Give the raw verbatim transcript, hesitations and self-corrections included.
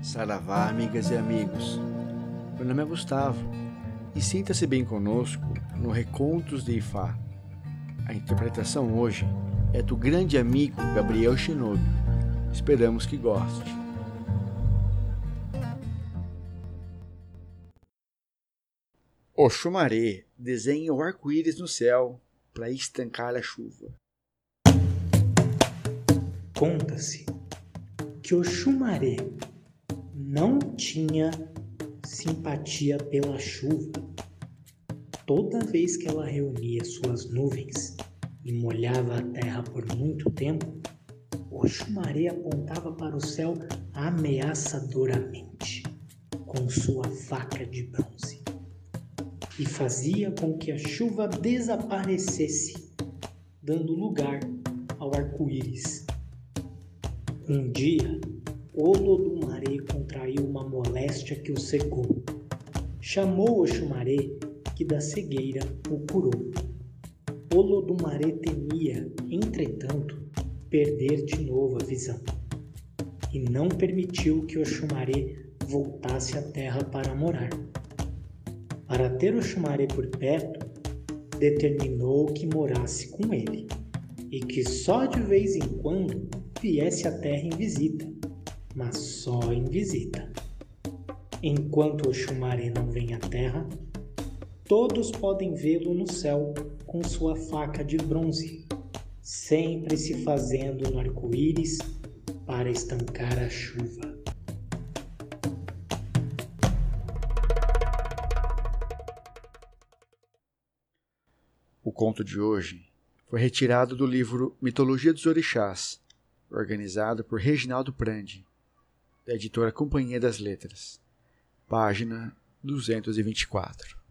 Saravá, amigas e amigos. Meu nome é Gustavo e sinta-se bem conosco no Recontos de Ifá. A interpretação hoje é do grande amigo Gabriel Shinobi. Esperamos que goste. Oxumaré desenha o arco-íris no céu para estancar a chuva. Conta-se que Oxumaré não tinha simpatia pela chuva. Toda vez que ela reunia suas nuvens e molhava a terra por muito tempo, Oxumaré apontava para o céu ameaçadoramente com sua faca de bronze e fazia com que a chuva desaparecesse, dando lugar ao arco-íris. Um dia, Olodumare contraiu uma moléstia que o cegou. Chamou Oxumaré, que da cegueira o curou. Olodumare temia, entretanto, perder de novo a visão, e não permitiu que Oxumaré voltasse à terra para morar. Para ter Oxumaré por perto, determinou que morasse com ele, e que só de vez em quando viesse à terra em visita, mas só em visita. Enquanto Oxumaré não vem à terra, todos podem vê-lo no céu com sua faca de bronze, sempre se fazendo no arco-íris para estancar a chuva. O conto de hoje foi retirado do livro Mitologia dos Orixás, organizado por Reginaldo Prandi, da editora Companhia das Letras, página duzentos e vinte e quatro.